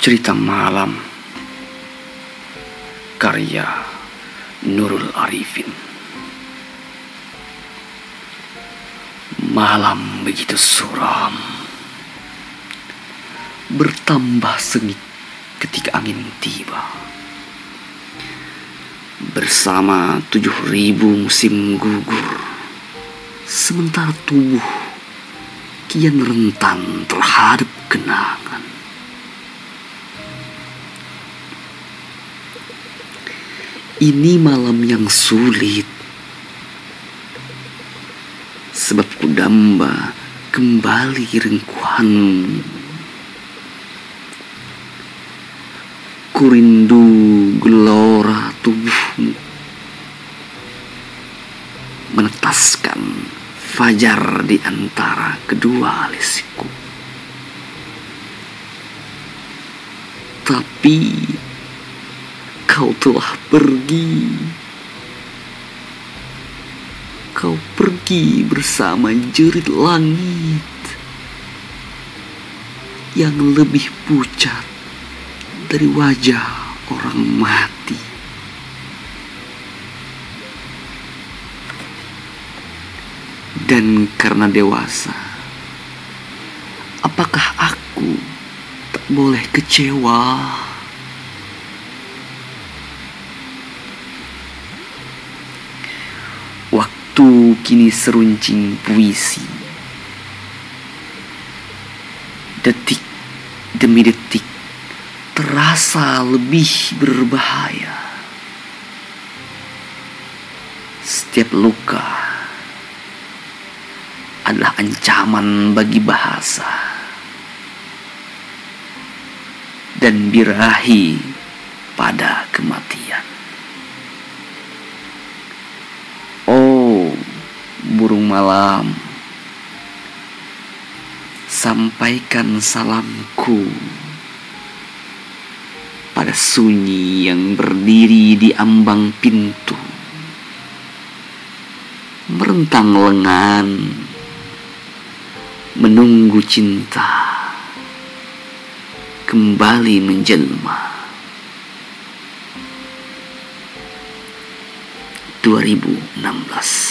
Cerita Malam, karya Nurul Arifin. Malam begitu suram, bertambah sengit ketika angin tiba. Bersama 7.000 musim gugur, sementara tubuh kian rentan terhadap kenangan. Ini malam yang sulit, sebab kudamba kembali rengkuhanmu. Kurindu gelora tubuhmu, menetaskan fajar di antara kedua alisku. Tapi kau telah pergi. Kau pergi bersama jerit langit yang lebih pucat dari wajah orang mati. Dan karena dewasa, apakah aku tak boleh kecewa? Waktu kini seruncing puisi, detik demi detik terasa lebih berbahaya. Setiap luka adalah ancaman bagi bahasa, dan birahi pada kematian. Oh, burung malam, sampaikan salamku pada sunyi yang berdiri di ambang pintu, merentang lengan, menunggu cinta kembali menjelma. 2016.